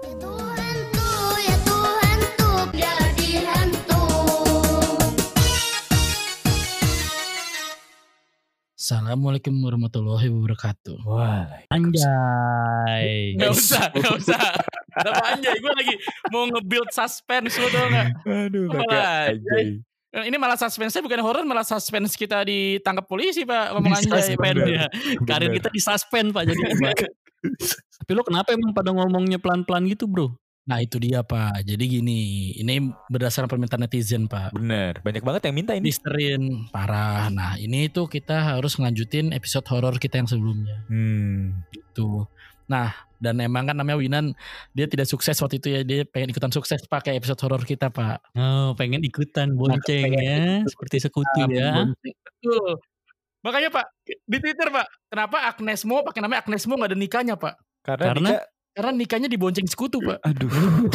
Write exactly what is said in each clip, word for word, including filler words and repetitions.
Assalamualaikum warahmatullahi wabarakatuh. Wah, anjay. Gak usah, gak usah. Kenapa anjay? Gue lagi mau nge-build suspense lo tau gak? Aduh, Malah anjay. Ini malah suspense-nya bukan horor, malah suspense kita ditangkap polisi, Pak. Ngomong anjay. Ya. Karir kita disuspend, Pak. Jadi tapi lo kenapa emang pada ngomongnya pelan-pelan gitu, bro? Nah itu dia, Pak. Jadi gini, ini berdasarkan permintaan netizen, Pak. Bener, banyak banget yang minta ini. Listerin Parah. Nah ini tuh kita harus ngelanjutin episode horor kita yang sebelumnya. Hmm. Gitu. Nah dan emang kan namanya Winan, dia tidak sukses waktu itu ya. Dia pengen ikutan sukses pakai episode horor kita, Pak. Oh pengen ikutan bonceng nah, ya. Seperti sekutu ya. Betul. Makanya Pak, di Twitter Pak, kenapa Agnes Mo pakai namanya Agnes Mo gak ada nikahnya, Pak? Karena, Karena nikah... Karena nikahnya dibonceng sekutu, Pak. Aduh.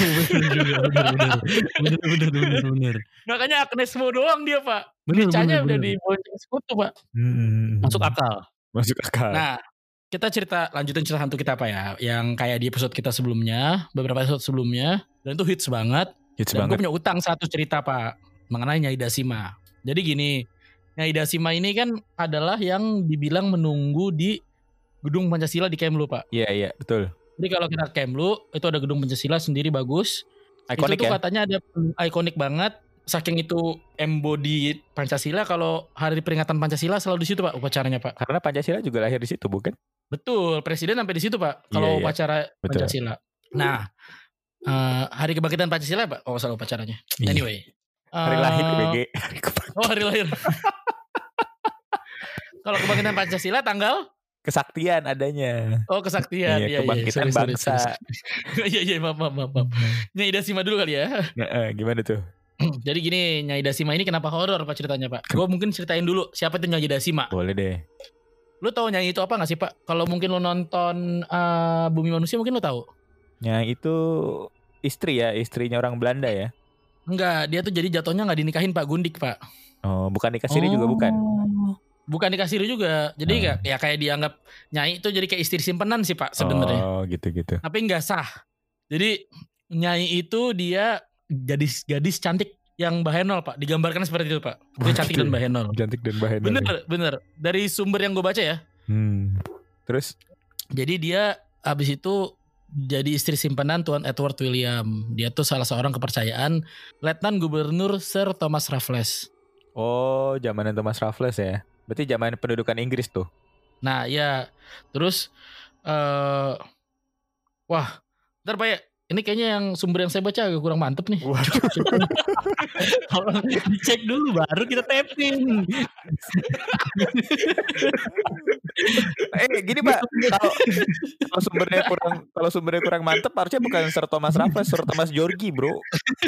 Bener, bener, bener, bener. Makanya Agnes Mo doang dia, Pak. Bener, nikahnya bener, udah bener. dibonceng sekutu, Pak. Hmm. Masuk akal. Masuk akal. Nah, kita cerita, lanjutin cerita hantu kita, Pak ya. Yang kayak di episode kita sebelumnya, beberapa episode sebelumnya. Dan itu hits banget. Hits dan banget. gue punya utang satu cerita, Pak. Mengenai Nyai Dasima. Jadi gini, Nyai Dasima ini kan adalah yang dibilang menunggu di Gedung Pancasila di Kemlu, Pak. Iya, iya, betul. Jadi kalau kita Kemlu, itu ada Gedung Pancasila sendiri bagus. Ikonik itu tuh ya? katanya ada ikonik banget. Saking itu embody Pancasila, kalau hari peringatan Pancasila selalu di situ, Pak, upacaranya, Pak. Karena Pancasila juga lahir di situ, bukan? Betul, presiden sampai di situ, Pak. Kalau Iya, iya. upacara Betul. Pancasila. Nah, uh, hari kebangkitan Pancasila, Pak. Oh, salah upacaranya. Iya. Anyway. Hari uh, lahir B G. Oh, hari lahir. Kalau kebangkitan Pancasila tanggal Kesaktian adanya. Oh, kesaktian. Iya, Iya, kebangkitan iya. Sorry, bangsa. sorry, sorry. Iya, iya, maaf, maaf, maaf. Nyai Dasima dulu kali ya. Nah, eh, gimana tuh? Jadi gini, Nyai Dasima ini kenapa horor, Pak, ceritanya, Pak? Gue mungkin ceritain dulu siapa itu Nyai Dasima. Boleh deh. Lu tahu Nyai itu apa gak sih, Pak? Kalau mungkin lu nonton uh, Bumi Manusia mungkin lu tahu. Nyai itu istri ya, istrinya orang Belanda ya? Enggak, dia tuh jadi jatuhnya gak dinikahin, Pak, gundik, Pak. Oh, bukan nikah siri juga bukan? Bukan nikah siri juga. Jadi Oh. gak, ya kayak dianggap Nyai itu jadi kayak istri simpenan sih, Pak, sebenarnya. Oh, gitu-gitu. Tapi nggak sah. Jadi Nyai itu dia gadis-gadis cantik yang bahenol, Pak. Digambarkan seperti itu, Pak. Dia cantik dan bahenol. Cantik dan bahenol. Bener, bener. Dari sumber yang gue baca ya. Hmm. Terus? Jadi dia abis itu jadi istri simpanan Tuan Edward William. Dia tuh salah seorang kepercayaan Letnan Gubernur Sir Thomas Raffles. Oh, zamanan Thomas Raffles ya. Berarti zaman pendudukan Inggris tuh. Nah, ya. Terus uh, wah, ntar Pak ya, ini kayaknya yang sumber yang saya baca agak kurang mantep nih. Waduh. Tolong dicek dulu baru kita tapping. eh, gini Pak, kalau kalau sumbernya kurang kalau sumbernya kurang mantep harusnya bukan Sir Thomas Raffles, Sir Thomas Georgi, Bro.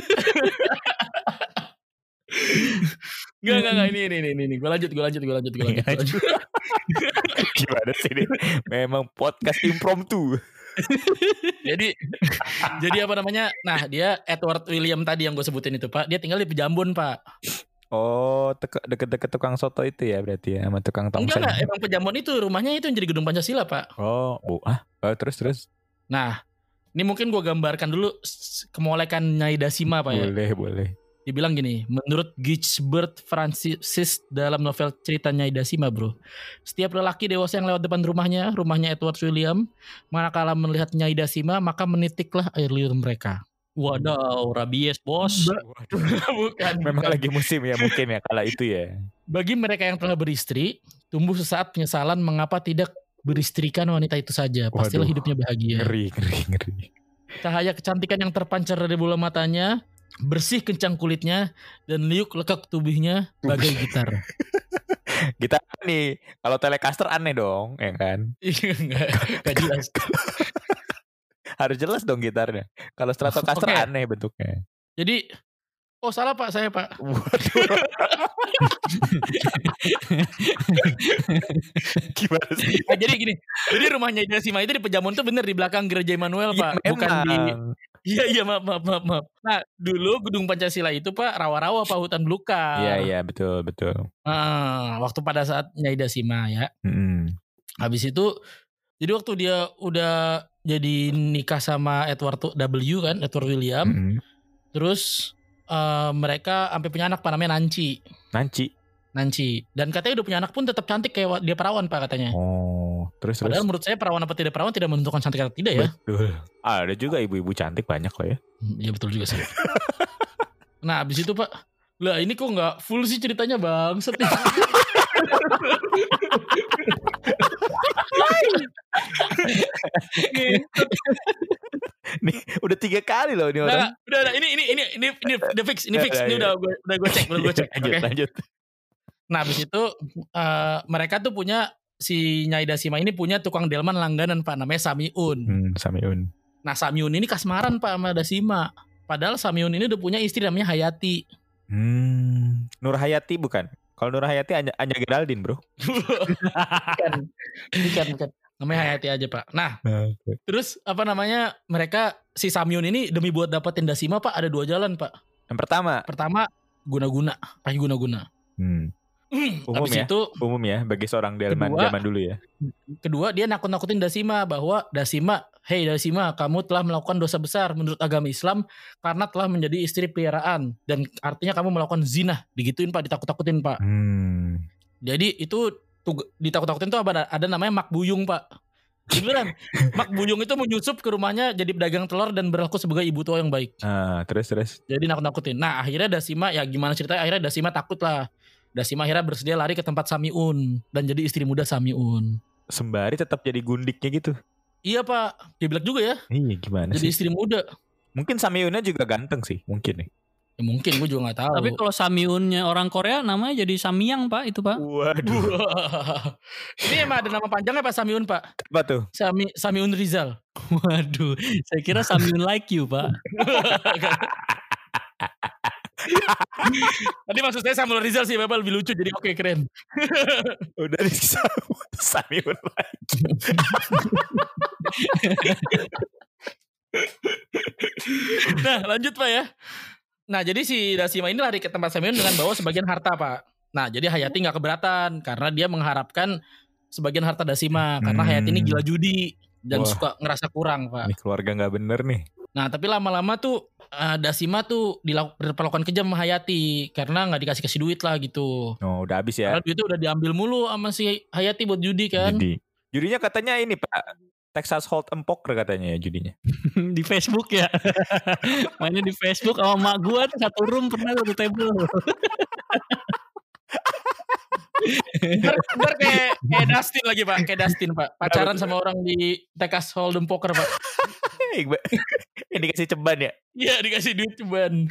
Enggak, enggak, enggak, ini, ini, ini, ini, gue lanjut, gue lanjut, gue lanjut, gue lanjut, lanjut. Gimana sih ini? Memang podcast impromptu. jadi, jadi apa namanya? Nah, dia Edward William tadi yang gue sebutin itu, Pak. Dia tinggal di Pejambon, Pak. Oh, teke, deket-deket tukang soto itu ya berarti ya, sama tukang tongseng. Enggak, enggak, emang Pejambon itu rumahnya itu yang jadi Gedung Pancasila, Pak. Oh, bu, ah, oh, terus terus. Nah, ini mungkin gue gambarkan dulu kemolekan Nyai Dasima, Pak ya. Boleh, boleh. Dibilang gini, menurut Gisbert Francis dalam novel cerita Nyai Dasima, bro, setiap lelaki dewasa yang lewat depan rumahnya, rumahnya Edward William, manakala melihat Nyai Dasima, maka menitiklah air liur mereka. Wadaw, rabies bos. Bukan. Memang bukan. lagi musim ya mungkin ya kala itu ya. Bagi mereka yang telah beristri, tumbuh sesaat penyesalan mengapa tidak beristrikan wanita itu saja. Pastilah Waduh, hidupnya bahagia. Ngeri, ngeri, ngeri. Cahaya kecantikan yang terpancar dari bola matanya, bersih kencang kulitnya, dan liuk lekak tubuhnya bagai gitar. Gitar nih, kalau Telecaster aneh dong, ya kan? Iya, enggak, enggak jelas. Harus jelas dong gitarnya. Kalau Stratocaster Oke. aneh bentuknya. Jadi, oh salah Pak, saya Pak. Waduh. Gimana sih? Nah, jadi gini, jadi rumahnya Dasima itu di Pejambon tuh bener di belakang gereja Immanuel, Ya, Pak, bukan di. memang. Iya iya maaf maaf maaf. maaf. Nah dulu Gedung Pancasila itu Pak rawa-rawa Pak, hutan belukar. Iya iya betul betul. Nah, waktu pada saat Nyai Dasima ya. Mm-hmm. Habis itu Jadi waktu dia udah jadi nikah sama Edward W kan, Edward William. Mm-hmm. Terus uh, mereka sampai punya anak Pak namanya Nancy. Nancy. Nancy. Dan katanya udah punya anak pun tetap cantik kayak dia perawan Pak katanya. Oh, terus terus. Padahal menurut saya perawan apa tidak perawan tidak menentukan cantik atau tidak ya. Betul. Ah, ada juga ibu-ibu cantik banyak kok ya. Iya betul juga sih. Nah abis itu Pak, lah ini kok nggak full sih ceritanya bangsat nih. Nih udah tiga kali loh ini orang. Nah, udah, udah ini ini ini ini ini udah fix, ini fix, ini udah gue udah gue cek, udah gue cek. Lanjut, okay? lanjut. Nah abis itu uh, mereka tuh punya si Nyai Dasima ini punya tukang delman langganan Pak namanya Samiun. Hmm, Samiun. Nah Samiun ini kasmaran Pak sama Dasima. Padahal Samiun ini udah punya istri namanya Hayati. Hmm, Nur Hayati bukan? Kalau Nur Hayati Anya, Anya Geraldine bro. bukan, bukan, bukan. Namanya Hayati aja Pak. Nah, okay. Terus apa namanya mereka si Samiun ini demi buat dapetin Dasima Pak ada dua jalan Pak. Yang pertama. Pertama guna-guna, pakai guna-guna. Hmm. Umum Habis ya, itu, umum ya bagi seorang delman zaman dulu ya. Kedua dia nakut-nakutin Dasima bahwa Dasima, hey Dasima, kamu telah melakukan dosa besar menurut agama Islam karena telah menjadi istri peliharaan dan artinya kamu melakukan zina, digituin Pak, ditakut-takutin Pak. Hmm. Jadi itu tuh, ditakut-takutin tuh ada, ada namanya Mak Buyung Pak. Beneran, Mak Buyung itu menyusup ke rumahnya jadi pedagang telur dan berlaku sebagai ibu tua yang baik. Ah, terus terus. Jadi nakut-nakutin. Nah akhirnya Dasima ya gimana ceritanya akhirnya Dasima takut lah. Dasima akhirnya bersedia lari ke tempat Samiun dan jadi istri muda Samiun. Sembari tetap jadi gundiknya gitu. Iya Pak, geblek juga ya. Iya gimana jadi sih? Jadi istri muda. Mungkin Samiunnya juga ganteng sih, mungkin nih. Ya mungkin gue juga gak tahu. Tapi kalau Samiunnya orang Korea namanya jadi Samyang Pak itu Pak. Waduh. Ini emang ada nama panjangnya Pak Samiun Pak. Apa tuh? Sami Samiun Rizal. Waduh, saya kira Samiun like you Pak. Tadi maksud saya Samuel Rizal sih Bapak lebih lucu jadi oke okay, keren. Udah disambut Samiun lagi. Nah lanjut Pak ya. Nah jadi si Dasima ini lari ke tempat Samiun dengan bawa sebagian harta Pak. Nah jadi Hayati gak keberatan karena dia mengharapkan sebagian harta Dasima. Hmm. Karena Hayati ini gila judi dan Wah. suka ngerasa kurang Pak. Ini keluarga gak bener nih. Nah tapi lama-lama tuh uh, Dasima tuh diperlakukan kejam sama Hayati karena nggak dikasih-kasih duit lah gitu. Oh udah habis ya? Karena duitnya udah diambil mulu sama si Hayati buat judi kan. Judi. Judinya katanya ini Pak, Texas Hold'em Poker katanya ya judinya. Di Facebook ya. Mainnya di Facebook sama mak gue tuh satu room pernah satu table. Ntar, ntar kayak, kayak Dustin lagi Pak, kayak Dustin Pak, pacaran sama orang di Texas Hold'em Poker Pak. Ini dikasih ceban ya? Iya dikasih duit ceban.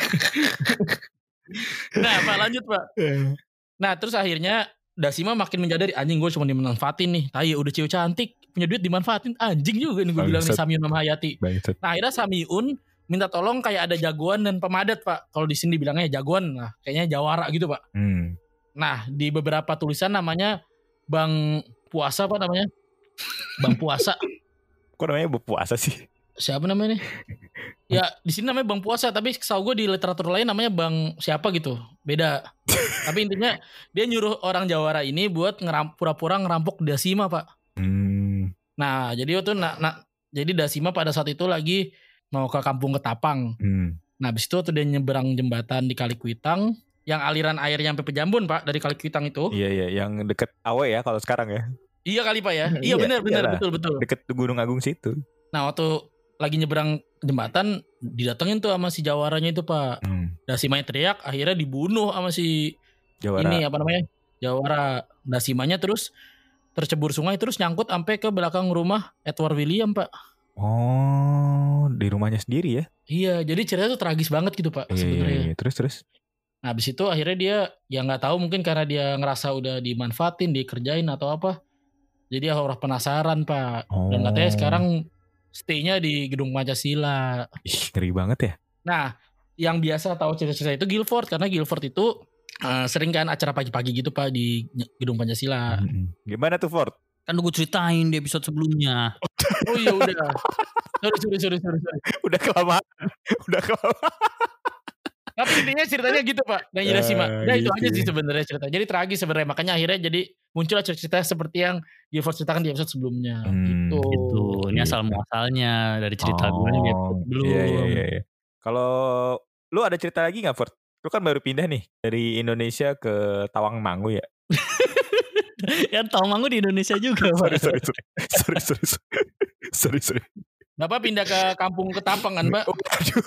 Nah Pak lanjut Pak. Nah terus akhirnya Dasima makin menyadari anjing gue cuma dimanfaatin nih. Tai udah cewek cantik punya duit dimanfaatin anjing juga nih gue bilang nih Samiun sama Hayati. Bangset. Nah akhirnya Samiun minta tolong kayak ada jagoan dan pemadat Pak. Kalau di sini bilangnya jagoan lah, kayaknya jawara gitu Pak. Hmm. Nah di beberapa tulisan namanya Bang Puasa Pak namanya. Bang Puasa. Kok namanya Bang Puasa sih? Siapa namanya nih? Ya di sini namanya Bang Puasa, tapi setahu gue di literatur lain namanya Bang siapa gitu, beda. Tapi intinya dia nyuruh orang Jawara ini buat ngeram, pura-pura ngerampok Dasima Pak. Hmm. Nah jadi waktu nah, nah jadi Dasima pada saat itu lagi mau ke kampung Ketapang. Hmm. Nah abis itu tuh dia nyeberang jembatan di Kali Kuitang yang aliran airnya sampai Pejambon Pak dari Kali Kuitang itu. Iya iya yang deket Awe ya kalau sekarang ya. Iya kali Pak ya. Iya benar benar betul betul. Deket Gunung Agung situ. Nah waktu lagi nyeberang jembatan didatengin tuh sama si Jawaranya itu Pak. Hmm. Dasimanya teriak akhirnya dibunuh sama si Jawara. Ini apa namanya Jawara. Dasimanya terus tercebur sungai terus nyangkut sampai ke belakang rumah Edward William Pak. Oh di rumahnya sendiri ya? Iya jadi ceritanya tuh tragis banget gitu Pak. Iya, sebenarnya. Iya, iya. Terus terus. Nah abis itu akhirnya dia ya nggak tahu mungkin karena dia ngerasa udah dimanfaatin dikerjain atau apa. Jadi orang penasaran Pak. Oh. Dan katanya sekarang stay-nya di Gedung Pancasila. Ih, ngeri banget ya. Nah, yang biasa tahu cerita-cerita itu Guilford karena Guilford itu uh, sering kan acara pagi-pagi gitu Pak di Gedung Pancasila. Mm-hmm. Gimana tuh Ford? Kan gue ceritain di episode sebelumnya. Oh iya udah. sorry, sorry, sorry, sorry, sorry. Udah kelamaan. Udah kelamaan. Tapi intinya ceritanya gitu Pak, Nyai Hidashima. Ah, Nah itu gitu aja sih ya. sebenarnya cerita. Jadi tragis sebenarnya, makanya akhirnya jadi muncullah cerita seperti yang Gifford ceritakan di episode sebelumnya. Hmm, gitu. Gitu. Ini Gitu. asal muasalnya dari cerita gue yang di episode Oh, sebelum. iya iya iya. iya. Kalau lu ada cerita lagi nggak, Ford? Lu kan baru pindah nih dari Indonesia ke Tawangmangu ya? Kan Tawangmangu di Indonesia juga. sorry, sorry, sorry, sorry, sorry, sorry, sorry, sorry. Bapak pindah ke kampung Ketapang kan, Mbak? Oh, aduh.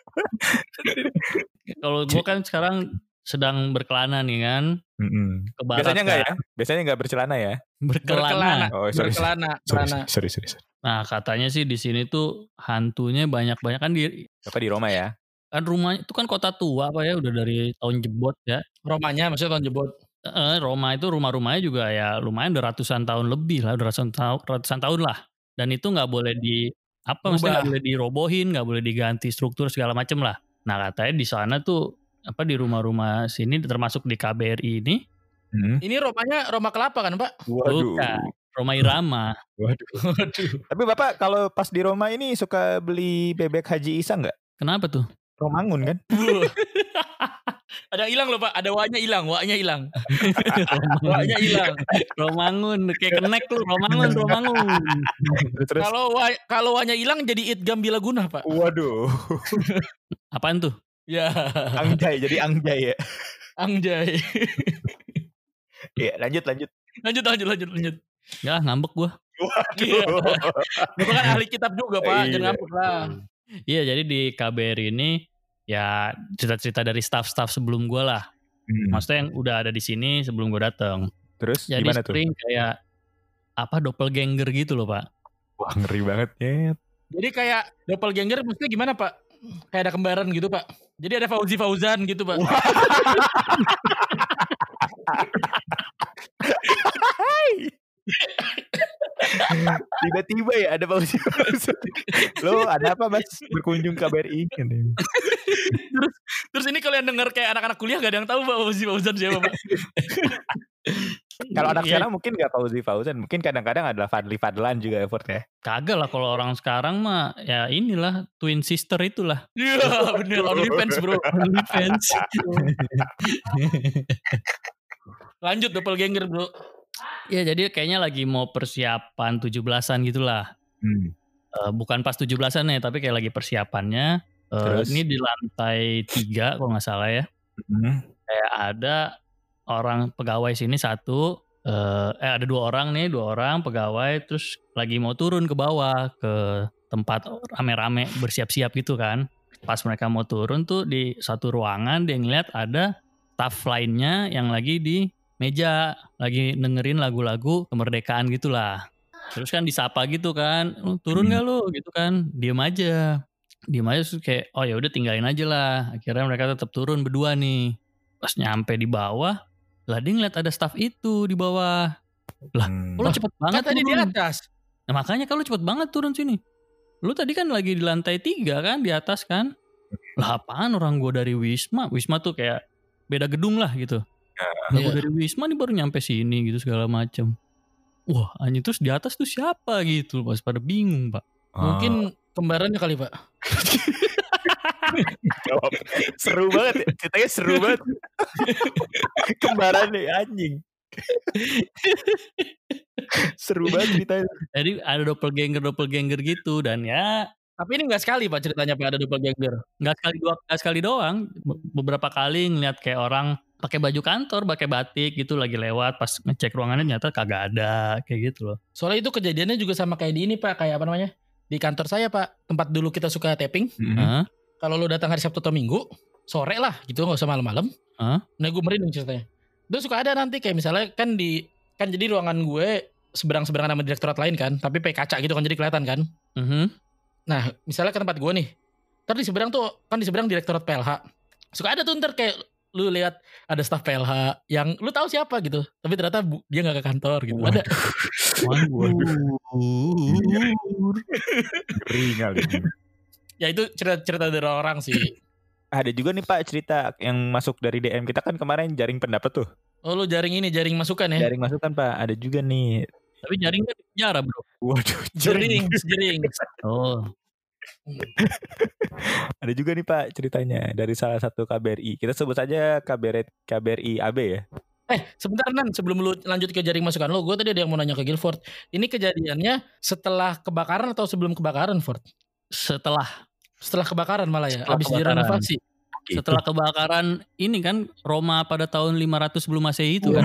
Kalau gue kan sekarang sedang berkelana nih kan. Mm-mm. Ke barat Biasanya nggak kan. ya? Biasanya nggak bercelana ya? Berkelana. Oh, sorry, berkelana, sorry, kelana. sorry, sorry, sorry. Nah katanya sih di sini tuh hantunya banyak-banyak kan di Apa di Roma ya? kan rumahnya itu kan kota tua apa ya udah dari tahun jebot ya. Romanya maksudnya tahun jebot. Eh, Roma itu rumah-rumahnya juga ya lumayan udah ratusan tahun lebih lah, udah ratusan tahun, ratusan tahun lah. Dan itu nggak boleh di apa maksudnya nggak boleh dirobohin, nggak boleh diganti struktur segala macem lah. Nah katanya di sana tuh apa di rumah-rumah sini termasuk di K B R I ini. Hmm. Ini Romanya Roma Kelapa kan Pak? Waduh. Bukan, Roma Irama. Waduh. Tapi Bapak kalau pas di Roma ini suka beli bebek Haji Isa nggak? Kenapa tuh? Romangun kan? Ada yang hilang loh Pak, ada wanya hilang, wanya hilang. Wanya hilang. Romangun kayak kenek lu, Romangun, Romangun. Terus Kalau wa, kalau wanya hilang jadi Idgam Bilaguna Pak. waduh. Apaan tuh? Ya. Angjay, jadi angjay ya. Angjay. Iya, lanjut lanjut. Lanjut lanjut lanjut lanjut. Ya ngambek gua. Iya. Bapak kan ahli kitab juga Pak, Iya. jangan ngambek lah. Iya jadi di K B R I ini ya cerita-cerita dari staff-staff sebelum gue lah. Hmm. Maksudnya yang udah ada di sini sebelum gue datang. Terus Jadi gimana tuh? sering kayak apa doppelganger gitu loh Pak. Wah, ngeri banget ya. Jadi kayak doppelganger maksudnya gimana Pak? Kayak ada kembaran gitu Pak. Jadi ada Fauzi Fauzan gitu Pak. Tiba-tiba ya ada pausi. Lo ada apa Mas berkunjung K B R I? terus terus ini kalian denger kayak anak-anak kuliah gak ada yang tahu Pak Fauzi Fauzan siapa Pak. Kalau anak Iya. sekarang mungkin gak Fauzi Fauzan, mungkin kadang-kadang adalah Fadli Fadlan juga effort ya. Kagak lah kalau orang sekarang mah ya inilah twin sister itulah. Iya bener, OnlyFans bro. OnlyFans. Lanjut doppelganger bro. Ya jadi kayaknya lagi mau persiapan tujuh belasan gitulah. Hmm. Uh, bukan pas tujuh belasan ya, tapi kayak lagi persiapannya. Uh, Terus? ini di lantai tiga kalau nggak salah ya. Hmm. Kayak ada orang pegawai sini satu, uh, eh ada dua orang nih, dua orang pegawai, terus lagi mau turun ke bawah ke tempat rame-rame bersiap-siap gitu kan. Pas mereka mau turun tuh di satu ruangan dia ngeliat ada staff lainnya yang lagi di meja lagi dengerin lagu-lagu kemerdekaan gitulah. Terus kan disapa gitu kan, turun nggak lu gitu kan, diem aja, diem aja terus kayak oh ya udah tinggalin aja lah. Akhirnya mereka tetap turun berdua nih. Pas nyampe di bawah, lah dia ngeliat ada staff itu di bawah. Lah, Hmm. lu cepet banget Kan tadi di turun. atas. Nah makanya kalau cepet banget turun sini. Lu tadi kan lagi di lantai tiga kan, di atas kan. Lah apaan orang gua dari Wisma, Wisma tuh kayak beda gedung lah gitu. Nah, Iya. gue dari Wisma nih baru nyampe sini gitu segala macam. Wah, anjing terus di atas tuh siapa gitu, pas pada bingung pak. Mungkin kembarannya kali Pak. Jawab. Seru banget ya, ceritanya seru banget. Kembaran nih anjing. Seru banget ceritanya. Jadi ada doppelganger doppelganger gitu dan ya Tapi ini nggak sekali Pak ceritanya Pak ada doppelganger. nggak sekali dua nggak sekali doang. Be- Beberapa kali ngeliat kayak orang pakai baju kantor, pakai batik gitu lagi lewat pas ngecek ruangannya ternyata kagak ada kayak gitu loh. Soalnya itu kejadiannya juga sama kayak di ini Pak, kayak apa namanya? Di kantor saya Pak, tempat dulu kita suka tapping. Hmm. Hah? Kalau lo datang hari Sabtu atau Minggu, sore lah gitu, nggak usah malam-malam. Hah? Nah gue merinding ceritanya. Itu suka ada nanti kayak misalnya kan di kan jadi ruangan gue seberang-seberangan sama direktorat lain kan, tapi pakai kaca gitu kan jadi kelihatan kan. Mhm. Nah misalnya ke tempat gue nih, ntar di seberang tuh kan di seberang direktorat P L H. Suka ada tuh ntar kayak lu lihat ada staf P L H yang lu tahu siapa gitu, tapi ternyata bu, dia nggak ke kantor gitu. Ada. Ngeri kali. Ya itu cerita-cerita dari orang sih. Ada juga nih Pak cerita yang masuk dari D M kita kan kemarin jaring pendapat tuh. Oh lu jaring ini, jaring masukan ya? Jaring masukan Pak, ada juga nih. Tapi jaring kan di penjara bro. Waduh, Jering, jering. Oh. Ada juga nih Pak ceritanya dari salah satu K B R I. Kita sebut saja K B R I, K B R I A B ya. Eh sebentar Nan, sebelum lu lanjut ke jaring masukan lo, gue tadi ada yang mau nanya ke Guilford. Ini kejadiannya setelah kebakaran atau sebelum kebakaran, Ford? Setelah Setelah kebakaran malah ya, Setelah abis kebakaran. direnovasi. Gitu. setelah kebakaran ini kan Roma pada tahun lima ratus sebelum Masehi itu kan.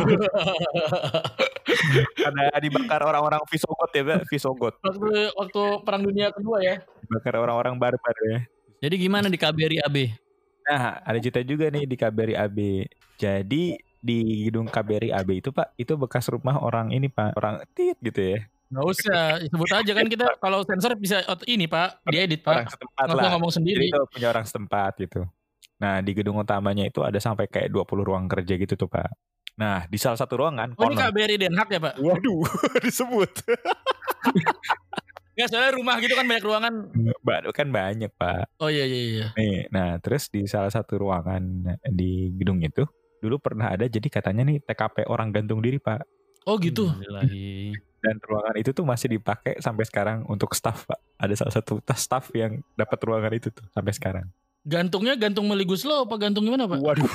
Karena dibakar orang-orang Visigoth ya Pak, Visigoth. waktu waktu Perang Dunia Kedua ya. Dibakar orang-orang barbar ya. Jadi gimana di K B R I A B? Nah, ada cerita juga nih di K B R I A B. Jadi di gedung K B R I A B itu Pak, itu bekas rumah orang ini Pak, orang tit gitu ya. Gak usah, sebut aja kan kita kalau sensor bisa ini Pak, diedit Orang Pak. setempat Nggak usah lah. ngomong Jadi sendiri. itu punya orang setempat gitu. Nah, di gedung utamanya itu ada sampai kayak dua puluh ruang kerja gitu tuh Pak. Nah, di salah satu ruangan Oh ini K konon. B R I Den Haag ya Pak? Waduh, disebut. Nggak, soalnya rumah gitu kan banyak ruangan. Baru kan banyak Pak. Oh iya iya iya. Nih, nah terus di salah satu ruangan di gedung itu dulu pernah ada jadi katanya nih T K P orang gantung diri Pak. Oh gitu. Innalillahi. Dan ruangan itu tuh masih dipakai sampai sekarang untuk staff Pak. Ada salah satu staff yang dapat ruangan itu tuh sampai sekarang. Gantungnya gantung Meli Guslow apa gantung gimana Pak? Waduh.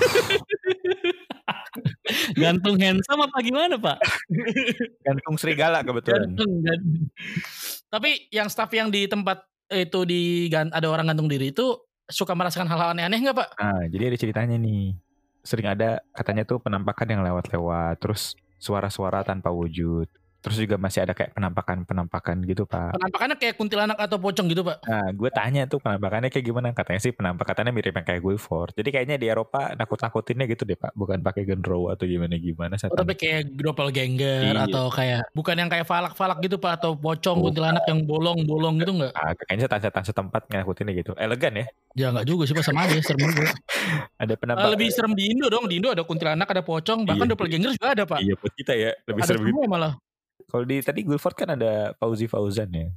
Gantung handsome apa gimana Pak? Gantung serigala kebetulan. Gantung, gantung. Tapi yang staff yang di tempat itu di ada orang gantung diri itu suka merasakan hal-hal aneh-aneh nggak Pak? Nah, jadi ada ceritanya nih. Sering ada katanya tuh penampakan yang lewat-lewat, terus suara-suara tanpa wujud. Terus juga masih ada kayak penampakan-penampakan gitu Pak. Penampakannya kayak kuntilanak atau pocong gitu Pak? Nah, gue tanya tuh penampakannya kayak gimana. Katanya sih penampakannya mirip yang kayak Guilford. Jadi kayaknya di Eropa nakut-nakutinnya gitu deh Pak. Bukan pakai genderuwo atau gimana-gimana. Oh, tapi kayak doppelganger Iya. atau kayak bukan yang kayak falak-falak gitu Pak, atau pocong kuntilanak yang bolong-bolong gitu nggak? Ah, kayaknya setan-setan setempat nakutinnya gitu. Elegan ya. Ya nggak juga sih Pak, sama aja serem juga. Ada Ah, penampakan. lebih serem di Indo dong. Di Indo ada kuntilanak, ada pocong, bahkan Iya. doppelganger juga ada Pak. Iya buat kita ya. Lebih Ada serem gitu. semua malah. Kalau di tadi Guilford kan ada Fauzi Fauzan ya.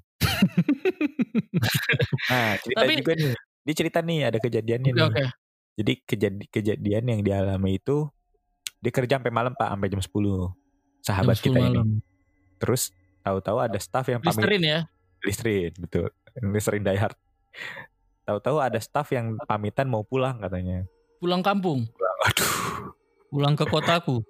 Nah cerita Tapi- juga nih. Dia cerita nih ada kejadiannya Oke nih. oke. Jadi kejadi- kejadian yang dialami itu dia kerja sampai malam Pak, sampai jam sepuluh. Sahabat Jam sepuluh kita ini. malam. Terus tahu-tahu ada staff yang pamit. Listerin ya. Listerin, betul. Listerin Die Hard. Tahu-tahu ada staff yang pamitan mau pulang katanya. Pulang kampung. Aduh. Pulang ke kotaku.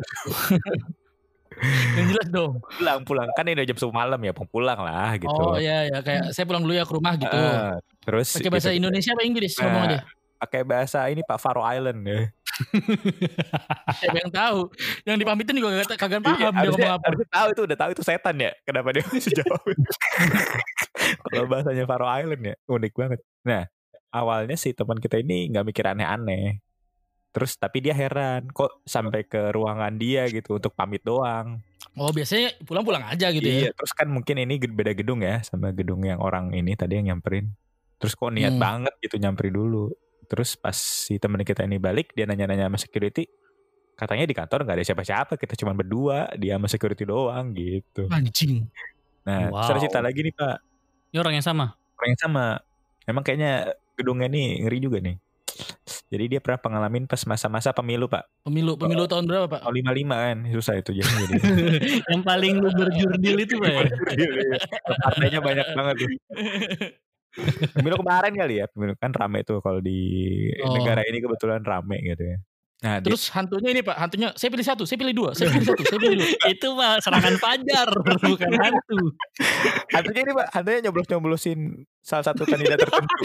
Yang jelas dong. Pulang, pulang. Kan ini udah jam sepuluh malam ya, mau pulang lah gitu. Oh iya ya, kayak saya pulang dulu ya ke rumah gitu. Ah, terus Pakai bahasa gitu. Indonesia apa Inggris? Nah, Ngomong aja. Pakai bahasa ini Pak, Faroe Island ya. Siapa yang tahu? Yang dipamitin juga kagak kagak Iya, paham dia harusnya, ngomong apa. harusnya tahu itu, udah tahu itu setan ya. Kenapa dia masih jawab? Kalau bahasanya Faroe Island ya, unik banget. Nah, awalnya sih teman kita ini nggak mikir aneh-aneh. Terus tapi dia heran kok sampai ke ruangan dia gitu untuk pamit doang. Oh biasanya pulang-pulang aja gitu Iya, ya. terus kan mungkin ini ged- beda gedung ya sama gedung yang orang ini tadi yang nyamperin. Terus kok niat Hmm. banget gitu nyamperin dulu. Terus pas si temen kita ini balik, dia nanya-nanya sama security. Katanya di kantor gak ada siapa-siapa, kita cuma berdua, dia sama security doang gitu. Anjing. Nah, Wow. terus ada cerita lagi nih Pak. Ini orang yang sama. Orang yang sama. Emang kayaknya gedungnya nih ngeri juga nih. Jadi dia pernah pengalamin pas masa-masa pemilu Pak. Pemilu pemilu tahun berapa Pak? Tahun lima puluh lima kan, susah itu jadi. jadi. Yang paling lu berjurdil itu Pak ya. Partainya banyak banget tuh. Pemilu kemarin kali ya, pemilu kan rame tuh kalau di Oh. negara ini kebetulan rame gitu ya. Nah, di- Terus hantunya ini Pak, hantunya saya pilih satu, saya pilih dua, saya pilih satu, saya pilih dua. Itu Pak serangan fajar bukan hantu. hantunya ini Pak, hantunya nyoblos-nyoblosin salah satu kandidat tertentu.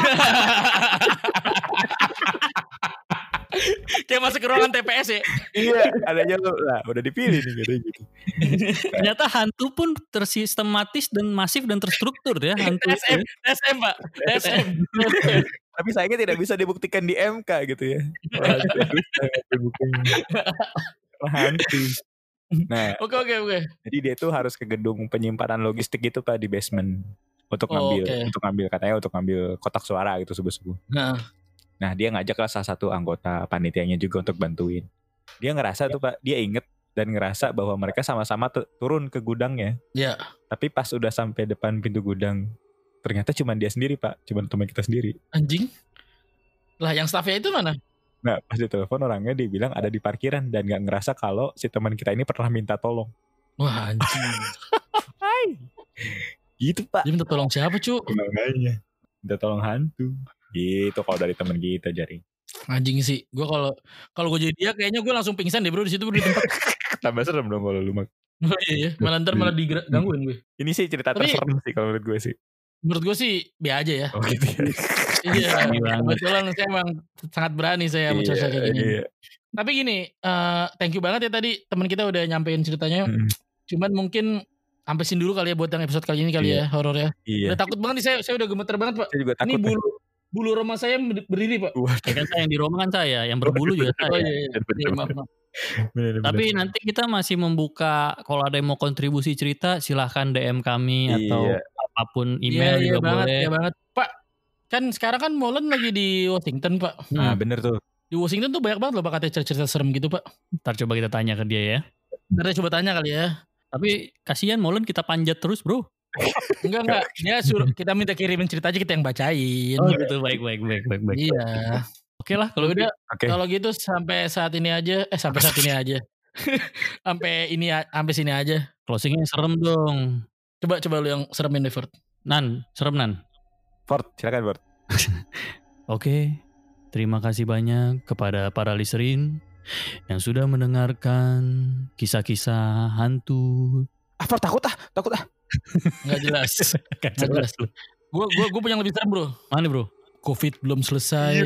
Kayak masuk ke ruangan T P S ya. Iya, adanya lu lah, udah dipilih nih katanya gitu. Ternyata hantu pun tersistematis dan masif dan terstruktur ya hantu T S M, itu. T S M Pak, T S M. Tapi sayangnya tidak bisa dibuktikan di M K gitu ya. Wah, tidak bisa dibuktikan. Karena hantu. Nah, Oke oke oke. jadi dia tuh harus ke gedung penyimpanan logistik gitu Pak, di basement untuk Oh, ngambil, oke. untuk ngambil katanya untuk ngambil kotak suara gitu subuh-subuh. Nah, Nah, dia ngajak lah salah satu anggota panitianya juga untuk bantuin. Dia ngerasa tuh Pak, dia inget dan ngerasa bahwa mereka sama-sama tu- turun ke gudangnya. ya. Tapi pas udah sampai depan pintu gudang, ternyata cuma dia sendiri Pak, cuma teman kita sendiri. Anjing. Lah yang staffnya itu mana? Nah, pas ditelepon orangnya dia bilang ada di parkiran dan gak ngerasa kalau si teman kita ini pernah minta tolong. Wah anjing. Gitu Pak. Dia minta tolong siapa cu? Makanya. minta tolong hantu. Gitu kalau dari teman kita Jaring. Anjing sih. Gue kalau kalau gue jadi dia kayaknya gue langsung pingsan deh bro di situ bro di tempat. Tambah serem dong kalau lu mak. Oh iya ya. Malah ntar malah digangguin gue. Ini sih cerita Tapi- terserem sih kalau menurut gue sih. Menurut gue sih B aja ya. Oh gitu ya. Iya. Berani banget. Kebetulan saya emang sangat berani saya mau cerita kayak gini. Iya. Tapi gini, eh, thank you banget ya tadi teman kita udah nyampein ceritanya. Mm, Cuman mungkin ampesin dulu kali ya buat yang episode kali ini kali Iya. ya horor ya. Iya. Udah takut banget nih saya, saya udah gemeter banget pak. Saya juga takut. Ini bulu bulu roma saya berdiri pak. Ya kan saya yang di Roma kan saya, yang berbulu juga Oh saya. iya, iya. Iya, maaf, maaf. Bener, bener. Tapi nanti kita masih membuka, kalau ada yang mau kontribusi cerita silahkan D M kami atau Iya. apapun Iya email iya juga banget, boleh. iya banget. Pak, kan sekarang kan Molen lagi di Washington pak. Nah Hmm, bener tuh. Di Washington tuh banyak banget loh pak katanya cerita-cerita serem gitu pak. ntar coba kita tanya ke dia ya. Ntar coba tanya kali ya. Tapi kasihan Molen kita panjat terus bro. Enggak enggak, dia suruh kita minta kirimin cerita aja kita yang bacain. Oh gitu, baik baik baik baik baik. Iya. Oke lah kalau Kalau udah Oke. kalau gitu sampai saat ini aja, eh sampai saat ini aja. sampai ini a- sampai sini aja. closingnya serem dong. Coba coba lu yang seremin deh, Ford. Nan, serem Nan. Ford, silakan Ford. Oke, terima kasih banyak kepada para listerin yang sudah mendengarkan kisah-kisah hantu. Ah Ford takut ah, takut ah. Enggak jelas. Gak Nggak jelas. Gue gue gue punya yang lebih serem, Bro. Mana bro? Covid belum selesai.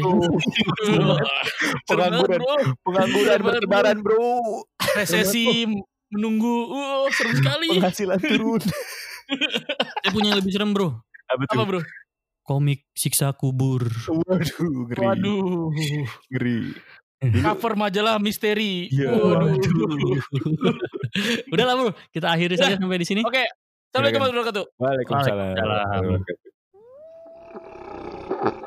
Pengangguran, pengangguran bertebaran bro. Resesi menunggu. Uh, serem sekali. Penghasilan turun. Saya punya yang lebih serem bro. Apa Apa, Bro? Komik Siksa Kubur. Waduh, ngeri. Waduh. Ngeri. Cover majalah misteri. Iya. Waduh. Udah lah bro, kita akhiri saja sampai di sini. Oke. Assalamualaikum warahmatullahi wabarakatuh. Waalaikumsalam. Waalaikumsalam. Waalaikumsalam.